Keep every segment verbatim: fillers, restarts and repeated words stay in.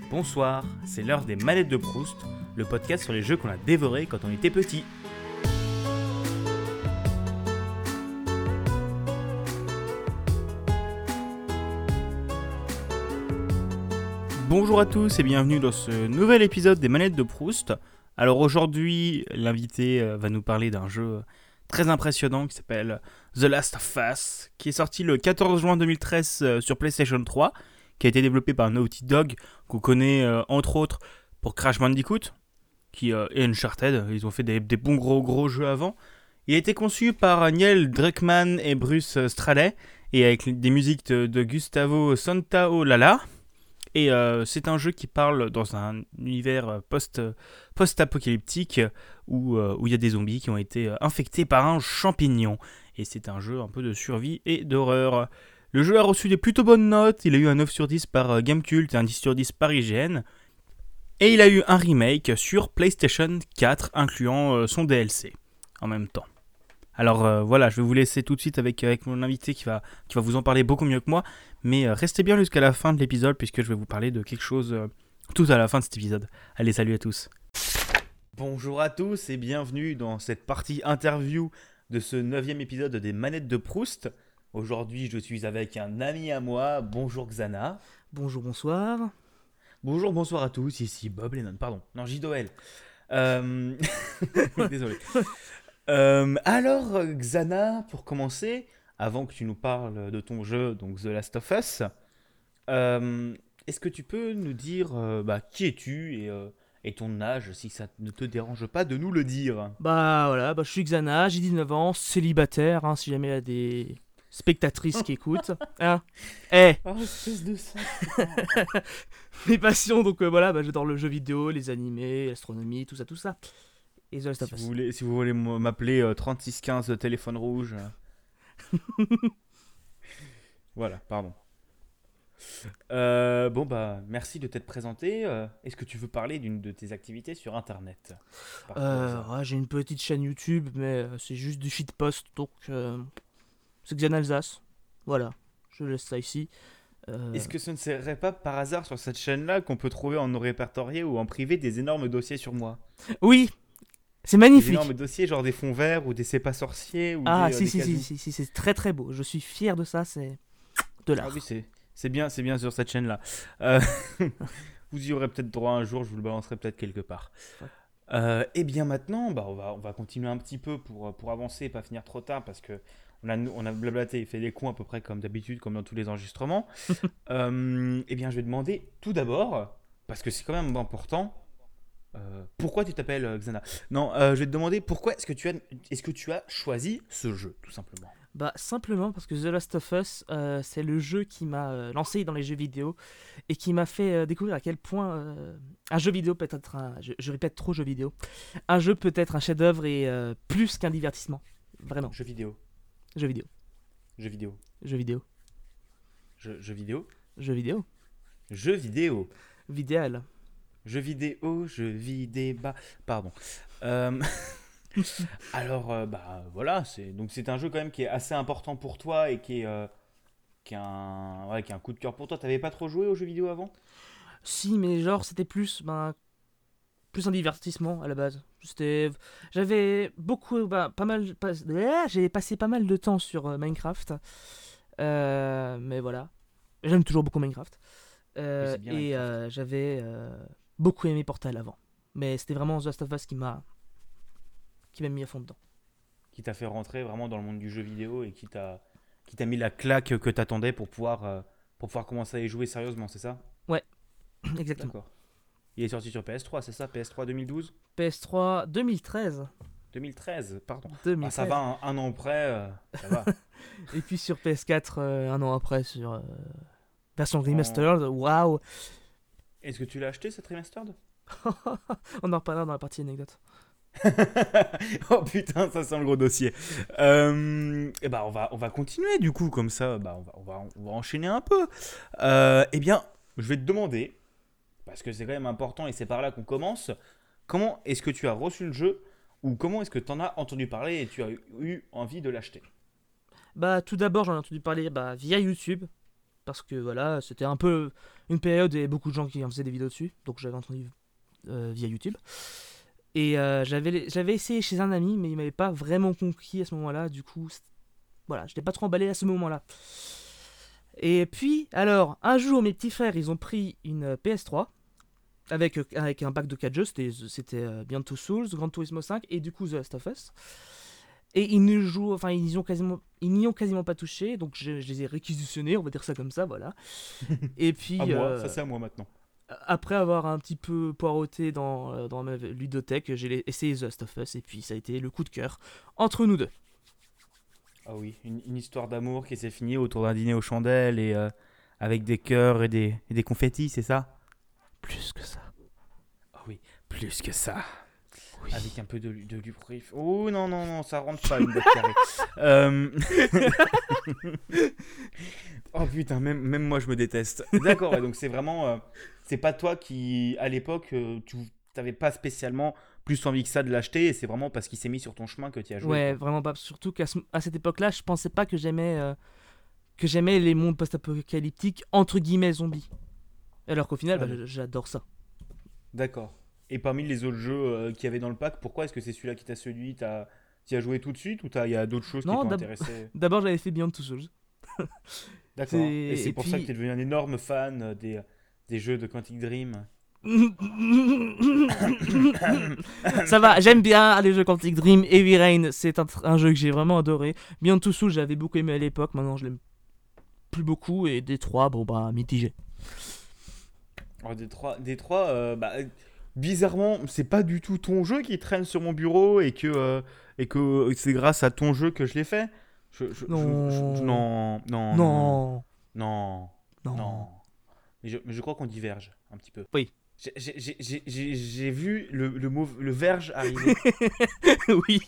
Bonsoir, c'est l'heure des manettes de Proust, le podcast sur les jeux qu'on a dévorés quand on était petit. Bonjour à tous et bienvenue dans ce nouvel épisode des manettes de Proust. Alors aujourd'hui, l'invité va nous parler d'un jeu très impressionnant qui s'appelle The Last of Us, qui est sorti le quatorze juin deux mille treize sur PlayStation trois, qui a été développé par Naughty Dog, qu'on connaît euh, entre autres pour Crash Bandicoot qui, euh, et Uncharted. Ils ont fait des, des bons gros gros jeux avant. Il a été conçu par Neil Druckmann et Bruce Straley, et avec des musiques de, de Gustavo Santaolalla. Et euh, c'est un jeu qui parle dans un univers post, post-apocalyptique où euh, où il y a des zombies qui ont été infectés par un champignon. Et c'est un jeu un peu de survie et d'horreur. Le jeu a reçu des plutôt bonnes notes, il a eu un neuf sur dix par Gamecult et un dix sur dix par I G N. Et il a eu un remake sur PlayStation quatre, incluant euh, son D L C en même temps. Alors euh, voilà, je vais vous laisser tout de suite avec, avec mon invité qui va, qui va vous en parler beaucoup mieux que moi. Mais euh, restez bien jusqu'à la fin de l'épisode puisque je vais vous parler de quelque chose euh, tout à la fin de cet épisode. Allez, salut à tous. Bonjour à tous et bienvenue dans cette partie interview de ce neuvième épisode des Manettes de Proust. Aujourd'hui, je suis avec un ami à moi. Bonjour Xana. Bonjour, bonsoir. Bonjour, bonsoir à tous. Ici Bob Lennon, pardon. Non, J-Doel. Euh... Désolé. Euh, alors, Xana, pour commencer, avant que tu nous parles de ton jeu, donc The Last of Us, euh, est-ce que tu peux nous dire euh, bah, qui es-tu et, euh, et ton âge, si ça ne te dérange pas de nous le dire? Bah voilà, bah, je suis Xana, j'ai dix-neuf ans, célibataire, hein, si jamais il y a des spectatrices qui écoutent. Hein. Eh, Oh, espèce de ça. mes passions, donc euh, voilà, bah, j'adore le jeu vidéo, les animés, l'astronomie, tout ça, tout ça. Et The Last of Si vous Us. voulez, si vous voulez m- m'appeler euh, trente-six quinze téléphone rouge. euh, Voilà, pardon. Euh, bon, bah, merci de t'être présenté. Euh, est-ce que tu veux parler d'une de tes activités sur Internet par tout Euh, hasard? ouais, j'ai une petite chaîne YouTube, mais euh, c'est juste du shitpost, donc euh, c'est Xana Alsace. Voilà, je laisse ça ici. Euh, Est-ce que ce ne serait pas par hasard sur cette chaîne-là qu'on peut trouver en non répertorié ou en privé des énormes dossiers sur moi? Oui, c'est Des énormes magnifique. dossiers, genre des fonds verts ou des c'est pas sorciers ou Ah, des, euh, si, des si, si, casous? si, si, c'est très très beau. Je suis fier de ça, c'est de Ah oui, l'art. c'est c'est bien, c'est bien sur cette chaîne-là. Euh, vous y aurez peut-être droit un jour, je vous le balancerai peut-être quelque part. Ouais. Euh, et bien maintenant, bah, on va, on va continuer un petit peu pour, pour avancer et pas finir trop tard parce que on a, on a blablaté et fait des cons à peu près comme d'habitude, comme dans tous les enregistrements. Euh, et bien je vais demander tout d'abord, parce que c'est quand même important, euh, pourquoi tu t'appelles euh, Xana? Non, euh, je vais te demander pourquoi est-ce que tu as, est-ce que tu as choisi ce jeu, tout simplement. Bah simplement parce que The Last of Us, euh, c'est le jeu qui m'a euh, lancé dans les jeux vidéo et qui m'a fait euh, découvrir à quel point euh, un jeu vidéo peut être un... Je, je répète trop jeu vidéo. Un jeu peut être un chef-d'œuvre et euh, plus qu'un divertissement. Vraiment. Jeux vidéo, Jeu vidéo. jeux vidéo, Jeu vidéo. jeux, jeux vidéo, Jeu vidéo. jeux vidéo. Vidéal. Jeux vidéo, jeux vidéo, pardon. Euh, alors, euh, bah voilà, c'est donc c'est un jeu quand même qui est assez important pour toi et qui est, euh, qui est un, ouais, qui est un coup de cœur pour toi. T'avais pas trop joué aux jeux vidéo avant? Si, mais genre c'était plus... Ben, plus un divertissement à la base. C'était... J'avais beaucoup... Bah, pas mal... Pas... Ah, j'ai passé pas mal de temps sur euh, Minecraft. Euh, mais voilà. J'aime toujours beaucoup Minecraft. Oui, Euh, c'est bien et Minecraft. euh, j'avais euh, beaucoup aimé Portal avant. Mais c'était vraiment The Last of Us qui m'a qui m'a mis à fond dedans. Qui t'a fait rentrer vraiment dans le monde du jeu vidéo et qui t'a qui t'a mis la claque que t'attendais pour pouvoir euh, pour pouvoir commencer à y jouer sérieusement, c'est ça? Ouais, exactement. D'accord. Il est sorti sur P S trois, c'est ça? P S trois deux mille douze? P S trois deux mille treize. deux mille treize, pardon. Ah, ça deux mille treize. va, un, un an près, euh, ça va. Et puis sur P S quatre, euh, un an après, sur euh, version En- remastered. Waouh. Est-ce que tu l'as acheté cette remastered? On en reparlera dans la partie anecdote. Oh putain, ça sent le gros dossier. Euh, et bah on va, on va continuer du coup, comme ça, bah on va, on va, on va enchaîner un peu. Euh, eh bien, je vais te demander, parce que c'est quand même important et c'est par là qu'on commence, comment est-ce que tu as reçu le jeu ou comment est-ce que tu en as entendu parler et tu as eu envie de l'acheter? Bah tout d'abord, j'en ai entendu parler bah, via YouTube. parce que voilà, c'était un peu une période où il y avait beaucoup de gens qui en faisaient des vidéos dessus, donc j'avais entendu euh, via YouTube. Et euh, j'avais, j'avais essayé chez un ami, mais il m'avait pas vraiment conquis à ce moment-là, du coup, voilà, j'étais pas trop emballé à ce moment-là. Et puis, alors, un jour, mes petits frères, ils ont pris une P S trois, avec, avec un pack de quatre jeux, c'était, c'était euh, Beyond Two Souls, Gran Turismo cinq, et du coup The Last of Us. Et ils ne jouent, enfin ils n'y ont quasiment, ils n'y ont quasiment pas touché, donc je, je les ai réquisitionnés, on va dire ça comme ça, voilà. Et puis À moi, euh, ça c'est à moi maintenant. après avoir un petit peu poireauté dans, euh, dans ma ludothèque, j'ai essayé The Last of Us et puis ça a été le coup de cœur entre nous deux. Ah oui, une, une histoire d'amour qui s'est finie autour d'un dîner aux chandelles et euh, avec des cœurs et des, et des confettis, c'est ça? Plus que ça. Ah oui, plus que ça. Oui. Avec un peu de, de lubrifiant. Oh non, non, non, ça rentre pas une boîte carrée. euh... oh putain, même, même moi je me déteste. D'accord, ouais, donc c'est vraiment. Euh, c'est pas toi qui, à l'époque, euh, tu n'avais pas spécialement plus envie que ça de l'acheter et c'est vraiment parce qu'il s'est mis sur ton chemin que tu y as joué. Ouais, Quoi. vraiment pas. Surtout qu'à ce- à cette époque-là, je pensais pas que j'aimais, euh, que j'aimais les mondes post-apocalyptiques entre guillemets zombies. Alors qu'au final, Ah, bah, j'adore ça. d'accord. Et parmi les autres jeux euh, qu'il y avait dans le pack, pourquoi est-ce que c'est celui-là qui t'a séduit? T'as, t'y as joué tout de suite ou il y a d'autres choses qui Non, t'ont d'ab- intéressé? d'abord j'avais fait Beyond Two Souls. C'est... D'accord. Et c'est Et pour ça que puis... t'es devenu un énorme fan euh, des, des jeux de Quantic Dream. Ça va, j'aime bien les jeux Quantic Dream. Heavy Rain, c'est un, un jeu que j'ai vraiment adoré. Beyond Two Souls, j'avais beaucoup aimé à l'époque. Maintenant, je l'aime plus beaucoup. Et des trois, bon bah, mitigé. Alors, des trois, des trois euh, bah, euh, bizarrement, c'est pas du tout ton jeu qui traîne sur mon bureau et que, euh, et que c'est grâce à ton jeu que je l'ai fait. Je, je, je- je- je- Non. non, non, non, Non. non, Non. non. Mais je, mais je crois qu'on diverge un petit peu. Oui. J'ai j'ai- j'ai- j'ai- j'ai vu le, le mot le verge arriver. Oui.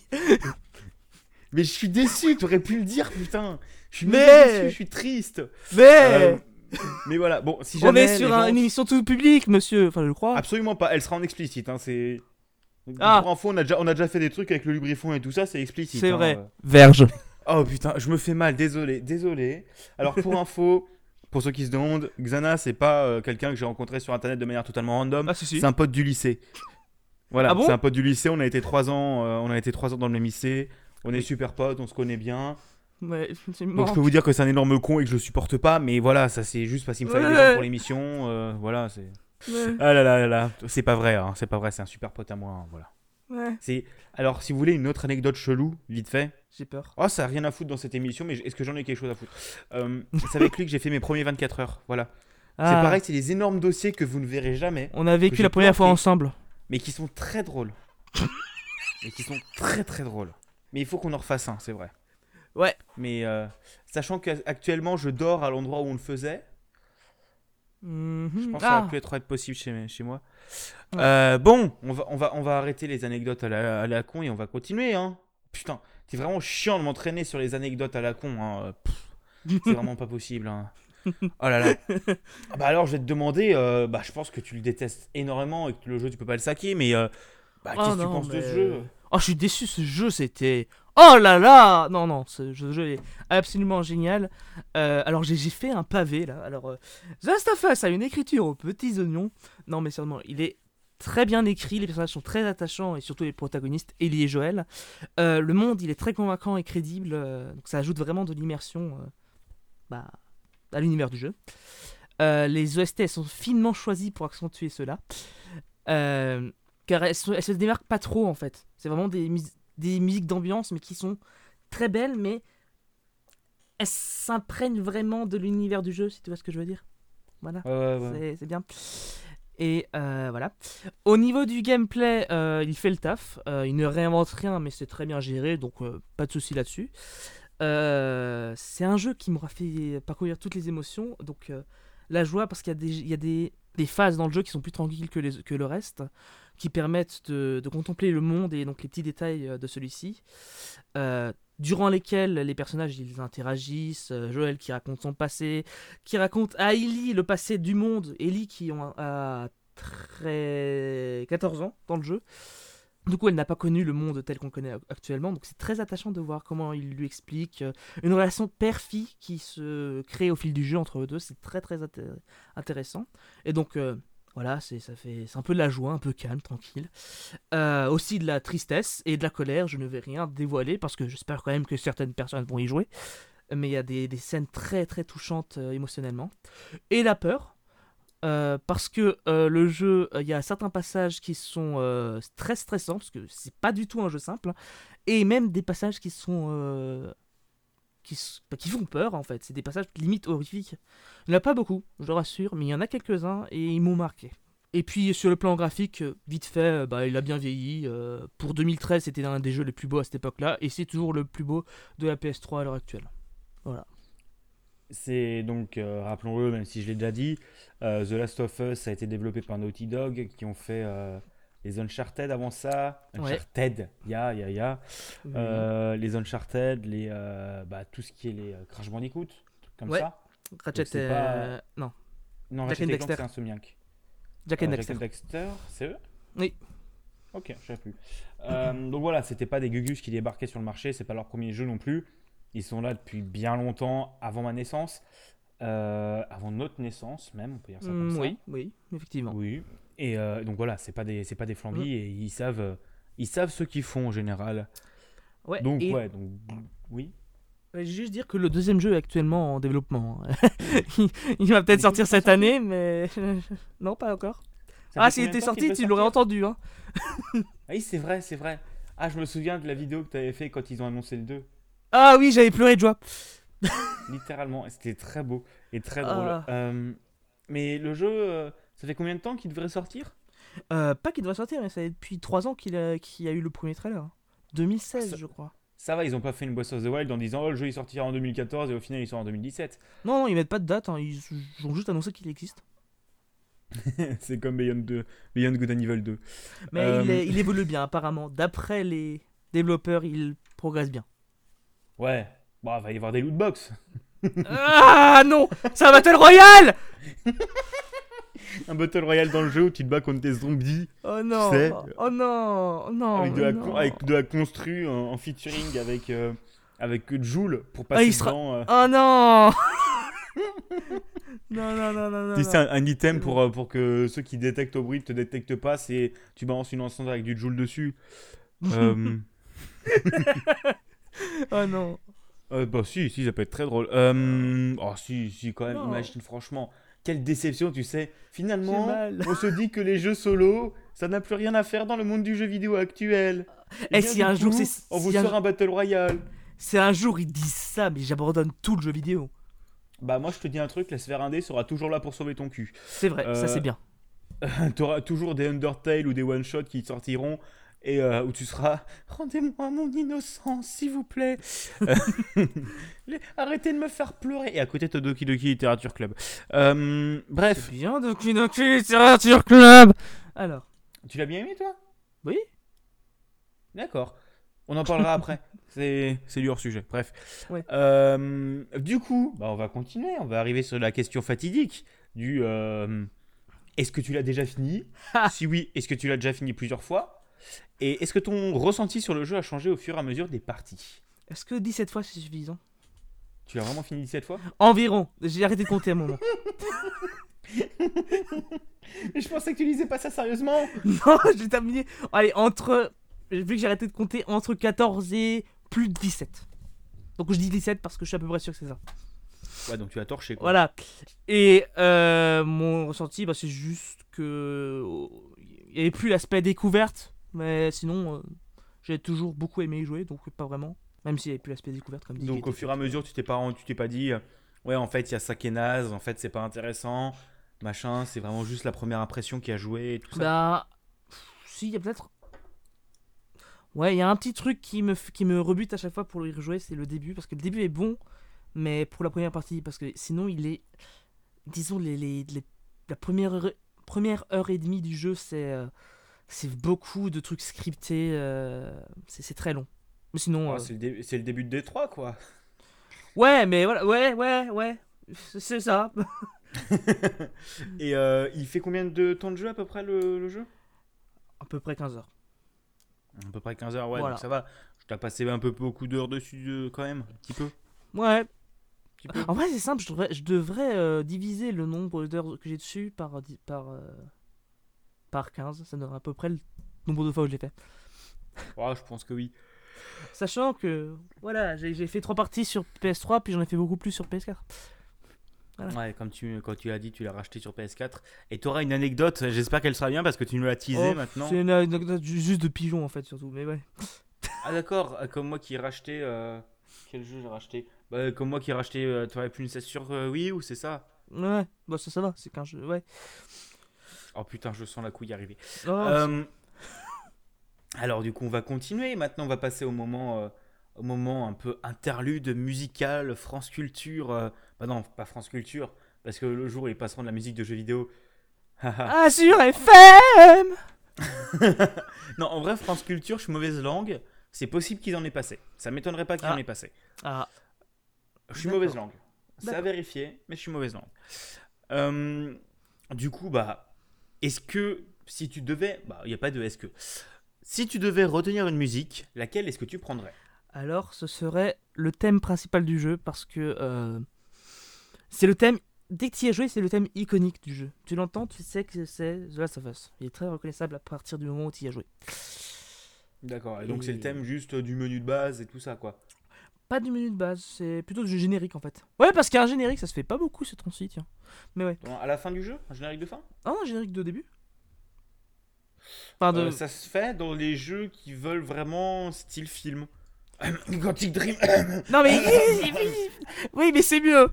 Mais je suis déçu, t'aurais pu le dire, putain. Je suis Mais- méga déçu, je suis triste. Mais... Euh, mais voilà, bon, si On jamais est sur les un- gens- une émission tout public, monsieur. Enfin, je crois. Absolument pas, elle sera en explicite. Hein, c'est... Ah. Pour info, on a, déjà, on a déjà fait des trucs avec le lubrifiant et tout ça, c'est explicite. C'est hein, vrai. euh. Verge. Oh putain, je me fais mal, désolé, désolé. Alors pour info, pour ceux qui se demandent, Xana, c'est pas euh, quelqu'un que j'ai rencontré sur internet de manière totalement random. Ah, si, si. C'est un pote du lycée. Voilà, Ah bon c'est un pote du lycée, on a été trois ans, euh, on a été trois ans dans le même lycée. On est super potes, on se connaît bien. Ouais, c'est Donc marrant. je peux vous dire que c'est un énorme con et que je le supporte pas, mais voilà, ça c'est juste parce qu'il me fallait des Ouais. gens pour l'émission. euh, voilà, c'est. Ouais. Ah là là là là, c'est pas vrai, hein, c'est pas vrai, c'est un super pote à moi, hein, voilà. Ouais. C'est... Alors, si vous voulez une autre anecdote chelou, vite fait. J'ai peur. Oh, ça a rien à foutre dans cette émission, mais est-ce que j'en ai quelque chose à foutre euh, C'est avec lui que j'ai fait mes premiers vingt-quatre heures, voilà. Ah. C'est pareil, c'est des énormes dossiers que vous ne verrez jamais, On a que vécu j'ai la première fois planqué. ensemble. mais qui sont très drôles. Et qui sont très très drôles. Mais il faut qu'on en refasse un, c'est vrai. Ouais. Mais euh, sachant qu'actuellement je dors à l'endroit où on le faisait, Mhm. je pense que ça Ah. va plus être être possible chez, chez moi. Ouais. Euh, bon, on va, on, va, on va arrêter les anecdotes à la, à la con et on va continuer. Hein. Putain, c'est vraiment chiant de m'entraîner sur les anecdotes à la con. Hein. Pff, c'est vraiment pas possible. Hein. Oh là là. Ah bah alors je vais te demander, euh, bah, je pense que tu le détestes énormément et que le jeu tu peux pas le saquer, mais euh, bah, Oh qu'est-ce que tu non, penses de mais- ce jeu? Oh, je suis déçu, ce jeu, c'était... Oh là là. Non, non, ce jeu, ce jeu est absolument génial. Euh, alors, j'ai j'ai fait un pavé, là. Alors, euh, The Last of Us a une écriture aux petits oignons. Non, mais seulement, il est très bien écrit, les personnages sont très attachants, et surtout les protagonistes, Ellie et Joel. Euh, le monde, il est très convaincant et crédible, euh, donc ça ajoute vraiment de l'immersion euh, bah, à l'univers du jeu. Euh, les O S T elles sont finement choisies pour accentuer cela. Euh, car elles, se- elles se démarquent pas trop en fait. C'est vraiment des, mus- des musiques d'ambiance mais qui sont très belles, mais elles s'imprègnent vraiment de l'univers du jeu, si tu vois ce que je veux dire. Voilà, Ouais, ouais, ouais. c'est- c'est bien. Et euh, voilà. Au niveau du gameplay, euh, il fait le taf. Euh, il ne réinvente rien, mais c'est très bien géré, donc euh, pas de souci là-dessus. Euh, c'est un jeu qui m'aura fait parcourir toutes les émotions, donc euh, la joie, parce qu'il y a, des, il y a des, des phases dans le jeu qui sont plus tranquilles que, les, que le reste, qui permettent de, de contempler le monde et donc les petits détails euh, de celui-ci, euh, durant lesquels les personnages ils interagissent. euh, Joël qui raconte son passé, qui raconte à Ellie le passé du monde, Ellie qui ont, a très quatorze ans dans le jeu. Du coup, elle n'a pas connu le monde tel qu'on le connaît actuellement, donc c'est très attachant de voir comment il lui explique euh, une relation père-fille qui se crée au fil du jeu entre eux deux. C'est très très inté- intéressant. Et donc euh, voilà, c'est ça fait c'est un peu de la joie, un peu calme, tranquille. Euh, aussi de la tristesse et de la colère. Je ne vais rien dévoiler parce que j'espère quand même que certaines personnes vont y jouer. Mais il y a des, des scènes très très touchantes euh, émotionnellement. Et la peur. Euh, parce que euh, le jeu, il y a certains passages qui sont euh, très stressants, parce que c'est pas du tout un jeu simple, hein, et même des passages qui sont euh, qui, s- bah, qui font peur en fait. C'est des passages limite horrifiques. Il n'y en a pas beaucoup, je le rassure, mais il y en a quelques-uns et ils m'ont marqué. Et puis sur le plan graphique, euh, vite fait, euh, bah, il a bien vieilli. Euh, pour deux mille treize, c'était un des jeux les plus beaux à cette époque-là, et c'est toujours le plus beau de la P S trois à l'heure actuelle. Voilà. C'est donc, euh, rappelons-le, même si je l'ai déjà dit, euh, The Last of Us a été développé par Naughty Dog, qui ont fait euh, les Uncharted avant ça. Ouais. Uncharted, ya, ya, ya. Oui. Euh, les Uncharted, les, euh, bah, tout ce qui est les euh, Crash Bandicoot, trucs comme Ouais. ça. Donc Ratchet. c'est pas. euh, Non. Non, Jack Ratchet and et Clank, Dexter. c'est Insomniac. Jack and Euh, Jack Dexter. and Dexter, c'est eux. Oui. Ok, je sais plus. Euh, donc voilà, c'était pas des Gugus qui débarquaient sur le marché, c'est pas leur premier jeu non plus. Ils sont là depuis bien longtemps, avant ma naissance, euh, avant notre naissance même, on peut dire ça comme Mm, ça. oui, oui, effectivement. Oui. Et euh, donc voilà, c'est pas des, c'est pas des Mm, flambis et ils savent, euh, ils savent ce qu'ils font en général. ouais, Donc et ouais, donc oui. je vais juste dire que le deuxième jeu est actuellement en développement, hein. il, il va peut-être Il est toujours sortir pas cette sorti. année, mais non, pas encore. Ça Ah, fait s'il combien de était temps qu'il sorti, devait tu l'aurais sortir? entendu, hein. Ah oui, c'est vrai, c'est vrai. Ah, je me souviens de la vidéo que tu avais fait quand ils ont annoncé le deux. Ah oui, j'avais pleuré de joie. Littéralement, et c'était très beau et très drôle. Ah. Euh, mais le jeu, euh, ça fait combien de temps qu'il devrait sortir? Euh, pas qu'il devrait sortir, mais ça fait depuis trois ans qu'il a, qu'il y a eu le premier trailer, hein. Ah, deux mille seize, ça, je crois. ça va, ils ont pas fait une Breath of the Wild en disant oh le jeu il sortira en deux mille quatorze et au final il sort en deux mille dix-sept. Non, non, ils mettent pas de date, hein. Ils ont juste annoncé qu'il existe. C'est comme Beyond, deux, Beyond Good and Evil deux. Mais il, Euh, est- il évolue bien, apparemment. D'après les développeurs, il progresse bien. ouais, bon, il va y avoir des loot box. Ah non, c'est un Battle Royale. Un Battle Royale dans le jeu où tu te bats contre des zombies, Oh tu non, sais, oh non, oh non, avec de mais la, con- non. avec de la constru en, en featuring avec, euh, avec Joule pour Ah, passer il sera. devant. euh. Oh non. Non, non, non, non, non, Tu sais, non. un, un item C'est pour, bon. euh, pour que ceux qui détectent au bruit te détectent pas, c'est tu balances une enceinte avec du Joule dessus. Euh, Oh non. euh, bah si, si, ça peut être très drôle. Euh, oh si, si, quand même, Non, imagine franchement. Quelle déception, tu sais. j'ai Finalement, mal. on se dit que les jeux solo, ça n'a plus rien à faire dans le monde du jeu vidéo actuel. Et Et bien si du un jour c'est. coup, on vous Si un, sort un Battle Royale. si un jour ils disent ça, mais j'abandonne tout le jeu vidéo. Bah moi je te dis un truc, la sphère indé sera toujours là pour sauver ton cul. C'est vrai, ça c'est Euh, bien. T'auras toujours des Undertale ou des one-shots qui sortiront et euh, où tu seras rendez-moi mon innocence s'il vous plaît. Euh, les- Arrêtez de me faire pleurer. Et à côté t'as Doki Doki Literature Club. Euh, C'est bref, bien, Doki Doki Literature Club. Alors, tu l'as bien aimé toi? oui. D'accord. On en parlera après. C'est c'est du hors sujet. Bref. Ouais. Euh, du coup, bah on va continuer. On va arriver sur la question fatidique du euh, est-ce que tu l'as déjà fini? Ha. Si oui, est-ce que tu l'as déjà fini plusieurs fois? Et est-ce que ton ressenti sur le jeu a changé au fur et à mesure des parties? Est-ce que dix-sept fois c'est suffisant? Tu l'as vraiment fini dix-sept fois? Environ. J'ai arrêté de compter à un moment. Mais je pensais que tu lisais pas ça sérieusement. Non, j'ai terminé. Allez, entre. Vu que j'ai arrêté de compter, entre quatorze et plus de dix-sept. Donc je dis dix-sept parce que je suis à peu près sûr que c'est ça. Ouais, donc tu as torché quoi. Voilà. Et euh, mon ressenti, bah, c'est juste que. Il n'y avait plus l'aspect découverte. Mais sinon, euh, j'ai toujours beaucoup aimé y jouer, donc pas vraiment. Même s'il n'y avait plus l'aspect découverte, comme dit. qui Donc au était fur et à fait. mesure, tu t'es pas, tu t'es pas dit, euh, ouais, en fait, il y a ça qui est naze, en fait, c'est pas intéressant, machin, c'est vraiment juste la première impression qui a joué et tout ça. Bah. Si, il y a peut-être. Ouais, il y a un petit truc qui me, f- qui me rebute à chaque fois pour y rejouer, c'est le début. Parce que le début est bon, mais pour la première partie. Parce que sinon, il est. Disons, les, les, les- la première heure, première heure et demie du jeu, c'est. euh, c'est beaucoup de trucs scriptés. euh, c'est c'est très long. Mais sinon. Oh, euh, c'est le, dé- c'est le début de D trois, quoi. Ouais, mais voilà, ouais, ouais, ouais. C'est c'est ça. Et euh, il fait combien de temps de jeu à peu près le, le jeu? À peu près quinze heures. À peu près quinze heures, ouais, Voilà. donc ça va. Tu as passé un peu beaucoup d'heures dessus euh, quand même, un petit peu. Ouais. Petit peu. En vrai, c'est simple, je devrais, je devrais euh, diviser le nombre d'heures que j'ai dessus par, di- par, euh, par quinze. Ça donnerait à peu près le nombre de fois où je l'ai fait. Ouais, je pense que oui. Sachant que, voilà, j'ai j'ai fait trois parties sur P S trois, puis j'en ai fait beaucoup plus sur P S quatre. Voilà. Ouais, comme tu, quand tu l'as dit, tu l'as racheté sur P S quatre. Et tu auras une anecdote, j'espère qu'elle sera bien parce que tu nous l'as teasé Oh, maintenant. c'est une anecdote ju- juste de pigeon en fait, surtout, mais ouais. Ah d'accord, euh, comme moi qui ai racheté... euh, Quel jeu j'ai racheté? Bah, comme moi qui ai racheté euh, Twilight Princess sur euh, Wii U, c'est ça? Ouais, bah ça, ça va, c'est qu'un jeu, ouais. Oh putain, je sens la couille arriver. Oh, c'est- Euh, alors du coup, on va continuer. Maintenant, on va passer au moment, euh, au moment un peu interlude musical, France Culture. euh, Bah non, pas France Culture, parce que le jour où ils passeront de la musique de jeux vidéo. Haha. Ah, sur F M. Non, en vrai, France Culture, je suis mauvaise langue. C'est possible qu'ils en aient passé. Ça m'étonnerait pas qu'ils en Ah. aient passé. Ah, Je suis D'accord. mauvaise langue. C'est à D'accord. vérifier, mais je suis mauvaise langue. Euh, du coup, bah, est-ce que si tu devais, bah, il n'y a pas de est-ce que. Si tu devais retenir une musique, laquelle est-ce que tu prendrais? Alors, ce serait le thème principal du jeu parce que euh, c'est le thème. Dès que tu y as joué, c'est le thème iconique du jeu. Tu l'entends, tu sais que c'est The Last of Us. Il est très reconnaissable à partir du moment où tu y as joué. D'accord. Et donc c'est le Et thème juste du menu de base et tout ça, quoi. pas du menu de base, c'est plutôt du générique en fait. Ouais, parce qu'un générique, ça se fait pas beaucoup ce temps-ci, tiens. Mais ouais. Dans- À la fin du jeu, un générique de fin. Ah, un générique de début. Enfin, Euh, de. ça se fait dans les jeux qui veulent vraiment style film. Quantic Dream. Non, mais. Oui, mais c'est mieux.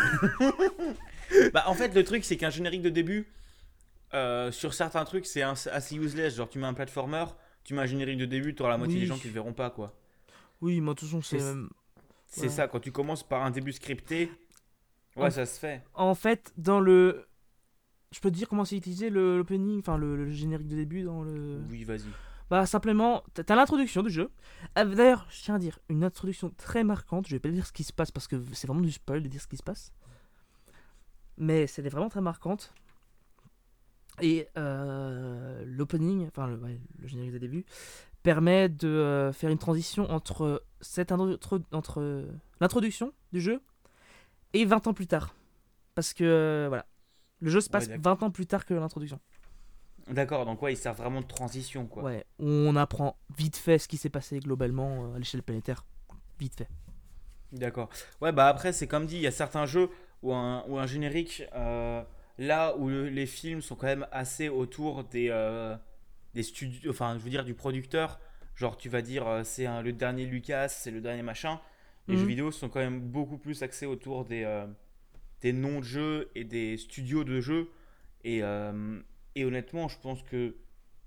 Bah en fait le truc c'est qu'un générique de début euh, sur certains trucs c'est un- assez useless. Genre tu mets un platformer, tu mets un générique de début, t'auras la moitié des Oui. gens qui le verront pas quoi. Oui, mais de toute façon, c'est. C'est même- c'est Ouais. ça, quand tu commences par un début scripté, ouais En- ça se fait. En fait, dans le. Je peux te dire comment c'est utilisé le- l'opening, enfin le, le générique de début dans le. Oui vas-y. Bah simplement, t'as t'as l'introduction du jeu. Euh, D'ailleurs, je tiens à dire, une introduction très marquante. Je vais pas dire ce qui se passe parce que c'est vraiment du spoil de dire ce qui se passe. Mais c'est vraiment très marquante. Et euh, l'opening, enfin le, ouais, le générique de début, permet de euh, faire une transition entre, cette intro- entre euh, l'introduction du jeu et vingt ans plus tard. Parce que euh, voilà, le jeu se passe Ouais, d'accord. vingt ans plus tard que l'introduction. D'accord, donc ouais il sert vraiment de transition quoi. Ouais, on apprend vite fait ce qui s'est passé globalement euh, à l'échelle planétaire. Vite fait. D'accord. Ouais, bah après, c'est comme dit, il y a certains jeux où un, où un générique, euh, là où le- les films sont quand même assez autour des, euh, des studios, enfin, je veux dire, du producteur. Genre, tu vas dire, euh, c'est un- le dernier Lucas, c'est le dernier machin. Les jeux Mhm. vidéo sont quand même beaucoup plus axés autour des, euh, des noms de jeux et des studios de jeux. Et, euh, et honnêtement, je pense que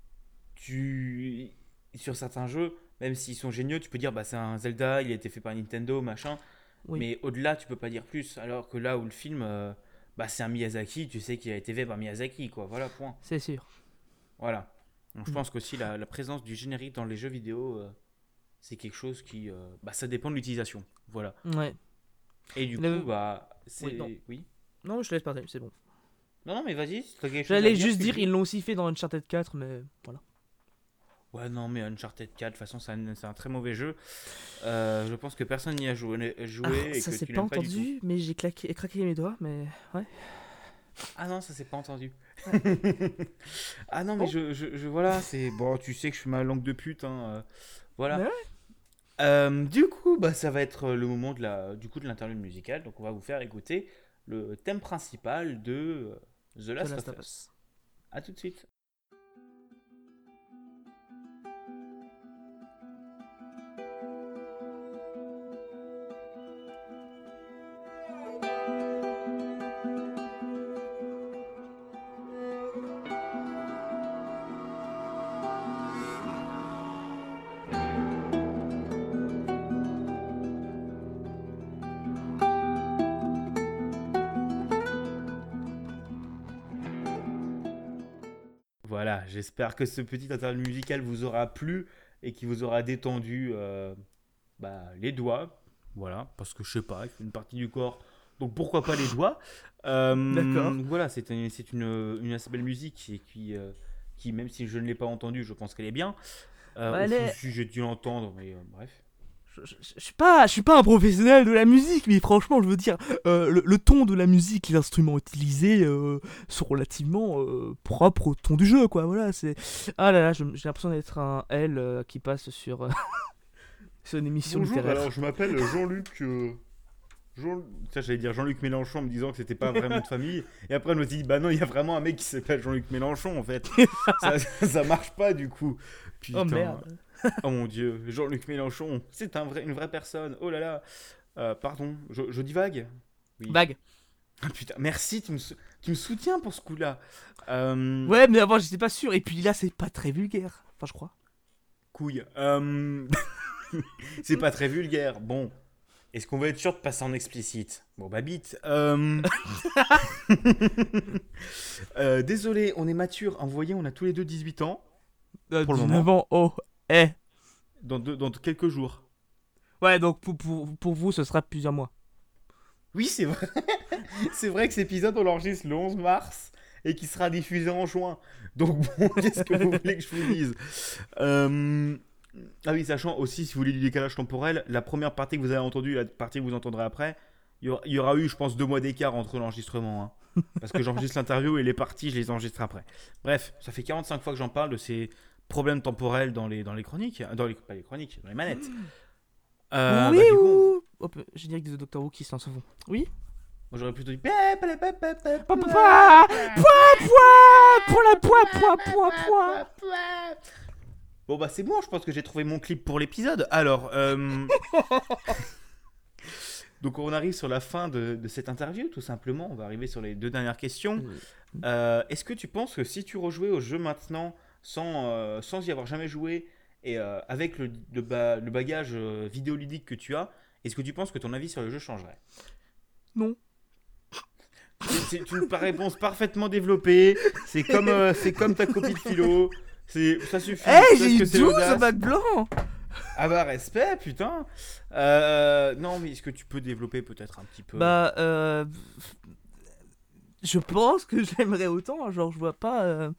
tu sur certains jeux, même s'ils sont géniaux, tu peux dire bah c'est un Zelda, il a été fait par Nintendo, machin. Oui, Mais au-delà, tu peux pas dire plus. Alors que là où le film, euh, bah c'est un Miyazaki, tu sais qu'il a été fait par Miyazaki, quoi. Voilà, point. c'est sûr. Voilà. Donc je Mhm. pense qu'aussi la, la présence du générique dans les jeux vidéo, euh, c'est quelque chose qui, euh, bah ça dépend de l'utilisation. Voilà. Ouais. Et du Le- coup, bah Oui, non. c'est, oui. Non, je te laisse parler, c'est bon. Non, non, mais vas-y, si t'as quelque chose à J'allais dire, juste tu le dire, dis. ils l'ont aussi fait dans Uncharted quatre, mais voilà. Ouais, non, mais Uncharted quatre, de toute façon, c'est un, c'est un très mauvais jeu. Euh, je pense que personne n'y a joué, joué Alors, et ça que s'est tu pas l'aimes pas du tout. entendu, mais j'ai claqué, craqué mes doigts, mais ouais. Ah non, ça s'est pas entendu. Ouais. Ah non, mais Bon, je, je, je- voilà, c'est bon, tu sais que je suis ma langue de pute, hein, euh, voilà. mais ouais, Euh, du coup, bah ça va être le moment de la, du coup de l'interlude musicale, donc on va vous faire écouter le thème principal de euh, The The Last Last of of Us. Us. À tout de suite. Voilà, j'espère que ce petit interlude musical vous aura plu et qui vous aura détendu euh, bah, les doigts. Voilà, parce que je sais pas, il faut une partie du corps, donc pourquoi pas les doigts. Euh, D'accord. voilà, c'est une, c'est une, une assez belle musique et qui, euh, qui, même si je ne l'ai pas entendue, je pense qu'elle est bien. Euh, Bah, ouf, les- si, j'ai dû l'entendre, mais euh, bref. Je, je- je suis pas, je suis pas un professionnel de la musique, mais franchement, je veux dire, euh, le, le ton de la musique, l'instrument utilisé euh, sont relativement euh, propres au ton du jeu, quoi. Voilà, c'est. Ah là là, je- j'ai l'impression d'être un L euh, qui passe sur, euh, sur une émission Bonjour, littéraire. alors je m'appelle Jean-Luc. euh, Jean... Ça, j'allais dire Jean-Luc Mélenchon en me disant que c'était pas vraiment de famille. Et après, je me suis dit, bah non, il y a vraiment un mec qui s'appelle Jean-Luc Mélenchon en fait. ça, ça marche pas du coup. Putain. Oh merde. Oh mon dieu, Jean-Luc Mélenchon, c'est un vrai, une vraie personne. Oh là là. Euh, pardon, je, je divague. Oui. Vague. Ah, putain, merci, tu me, sou- tu me soutiens pour ce coup-là. Euh, Ouais, mais avant, j'étais pas sûr. Et puis là, c'est pas très vulgaire. Enfin, je crois. Couille. Euh, c'est pas très vulgaire. Bon. Est-ce qu'on va être sûr de passer en explicite? Bon, bah, bite. Euh... euh, désolé, on est mature. Vous voyez, on a tous les deux dix-huit ans. Euh, Pour le dix-neuf ans, oh, eh. Dans, deux- dans quelques jours. Ouais, donc pour, pour, pour vous, ce sera plusieurs mois. Oui, c'est vrai. C'est vrai que cet épisode, on l'enregistre le onze mars et qui sera diffusé en juin. Donc, bon, qu'est-ce que vous voulez que je vous dise? Euh, Ah oui, sachant aussi, si vous voulez du décalage temporel, la première partie que vous avez entendue, la partie que vous entendrez après, il y aura, il y aura eu, je pense, deux mois d'écart entre l'enregistrement. Hein. Parce que j'enregistre l'interview et les parties, je les enregistre après. Bref, ça fait quarante-cinq fois que j'en parle de ces problèmes temporels dans les, dans les chroniques. Dans les, pas les chroniques, dans les manettes. Euh, oui, bah, du coup, ou. Hop, générique de Doctor Who qui se lance à fond. Oui. moi j'aurais plutôt dit. Pouah, pouah, pouah, pour la pouah, pouah, pouah, pouah. Bon bah c'est bon, je pense que j'ai trouvé mon clip pour l'épisode. Alors, euh... donc on arrive sur la fin de, de cette interview, tout simplement. On va arriver sur les deux dernières questions. Euh, Est-ce que tu penses que si tu rejouais au jeu maintenant, sans, euh, sans y avoir jamais joué, et euh, avec le, le, ba- le bagage euh, vidéoludique que tu as, est-ce que tu penses que ton avis sur le jeu changerait? Non. C'est c'est une réponse parfaitement développée. C'est comme, euh, c'est comme ta copie de philo. C'est, ça suffit. Eh, Tu sais j'ai ce eu que c'est douze l'audace. au bac blanc. Ah bah respect, putain. Euh, non, mais est-ce que tu peux développer peut-être un petit peu? Bah, euh. Je pense que j'aimerais autant. Genre, je vois pas. euh,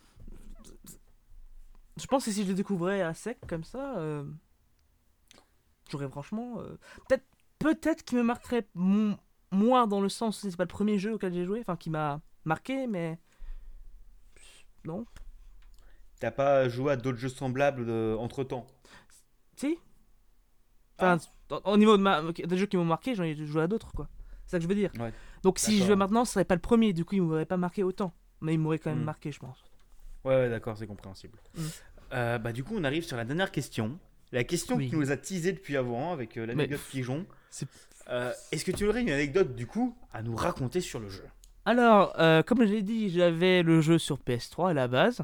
Je pense que si je le découvrais à sec comme ça, euh, j'aurais franchement. euh, Peut-être peut-être qu'il me marquerait mon- moins dans le sens où c'est pas le premier jeu auquel j'ai joué, enfin qui m'a marqué, mais. Non. T'as pas joué à d'autres jeux semblables entre temps? Si. Enfin, au- au niveau de ma... des jeux qui m'ont marqué, j'en ai joué à d'autres, quoi. C'est ça que je veux dire. Ouais. Donc si je D'accord. jouais maintenant, ce serait pas le premier, du coup il m'aurait pas marqué autant. Mais il m'aurait quand même Hmm. marqué, je pense. Ouais, ouais, d'accord, c'est compréhensible. Mm. Euh, bah du coup, on arrive sur la dernière question. La question Oui. qui nous a teasé depuis avant avec euh, l'anecdote Mais- pigeon. c'est- Euh, Est-ce que tu aurais une anecdote du coup à nous raconter sur le jeu? Alors, euh, comme je l'ai dit, j'avais le jeu sur P S trois à la base.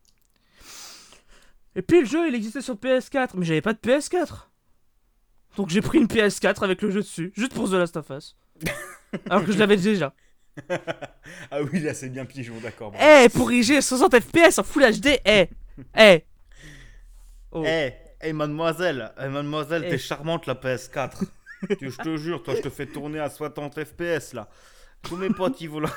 Et puis le jeu, il existait sur P S quatre, mais j'avais pas de P S quatre. Donc j'ai pris une P S quatre avec le jeu dessus, juste pour The Last of Us. Alors que je l'avais déjà. Ah oui, là c'est bien pigeon, d'accord. bon. Eh, pour Y G soixante F P S en Full H D, eh, eh. Oh. Eh, eh, mademoiselle, eh, mademoiselle, Eh. t'es charmante la P S quatre. Tu- je te jure, toi je te fais tourner à soixante F P S là. Tous mes potes ils volent.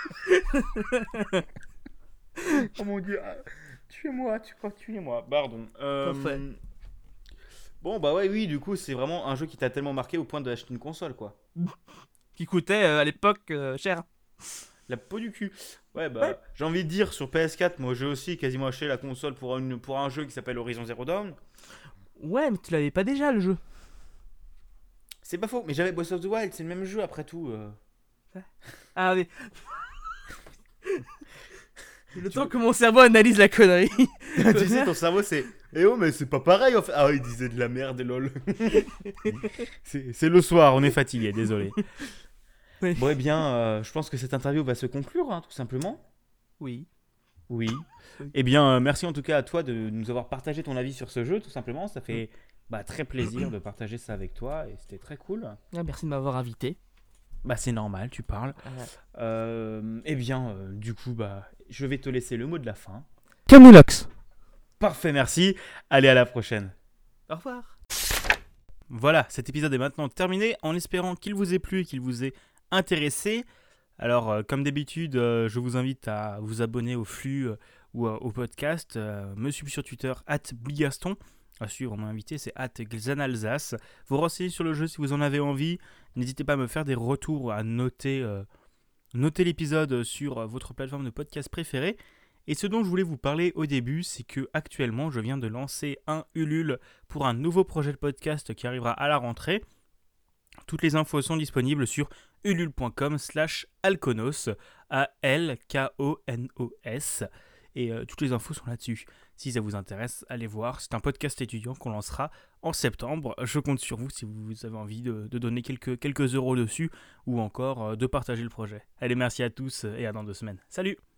Oh mon dieu, ah, tuez-moi, tu crois tuez-moi. Pardon. Euh, Parfait. Bon bah ouais, oui, du coup c'est vraiment un jeu qui t'a tellement marqué au point d'acheter une console quoi. Qui coûtait euh, à l'époque euh, cher. La peau du cul. Ouais bah Ouais. j'ai envie de dire sur P S quatre, moi j'ai aussi quasiment acheté la console pour, une, pour un jeu qui s'appelle Horizon Zero Dawn. Ouais, mais tu l'avais pas déjà le jeu. C'est pas faux, mais j'avais Breath of the Wild, c'est le même jeu après tout. euh. Ah oui. Le temps que mon cerveau analyse la connerie. Tu sais, ton cerveau c'est. Eh oh, mais c'est pas pareil en fait. Ah, il disait de la merde, lol. c'est c'est le soir, on est fatigué, désolé. Oui. Bon, eh bien, euh, je pense que cette interview va se conclure, hein, tout simplement. Oui. Oui. Oui. Eh bien, euh, merci en tout cas à toi de nous avoir partagé ton avis sur ce jeu, tout simplement. Ça fait bah, très plaisir de partager ça avec toi et c'était très cool. Ah, merci de m'avoir invité. Bah, c'est normal, tu parles. Euh, eh bien, euh, du coup, bah, je vais te laisser le mot de la fin. Camoulox. Parfait, merci. Allez, à la prochaine. Au revoir. Voilà, cet épisode est maintenant terminé en espérant qu'il vous ait plu et qu'il vous ait intéressé. Alors, euh, comme d'habitude, euh, je vous invite à vous abonner au flux euh, ou euh, au podcast. Euh, me suivre sur Twitter, arobase bligaston. À suivre mon invité, c'est arobase xanalsace. Vous renseignez sur le jeu si vous en avez envie. N'hésitez pas à me faire des retours, à noter, euh, noter l'épisode sur euh, votre plateforme de podcast préférée. Et ce dont je voulais vous parler au début, c'est que actuellement, je viens de lancer un Ulule pour un nouveau projet de podcast qui arrivera à la rentrée. Toutes les infos sont disponibles sur ulule.com slash alkonos, A L K O N O S, et euh, toutes les infos sont là-dessus. Si ça vous intéresse, allez voir, c'est un podcast étudiant qu'on lancera en septembre. Je compte sur vous si vous avez envie de, de donner quelques, quelques euros dessus, ou encore euh, de partager le projet. Allez, merci à tous et à dans deux semaines. Salut!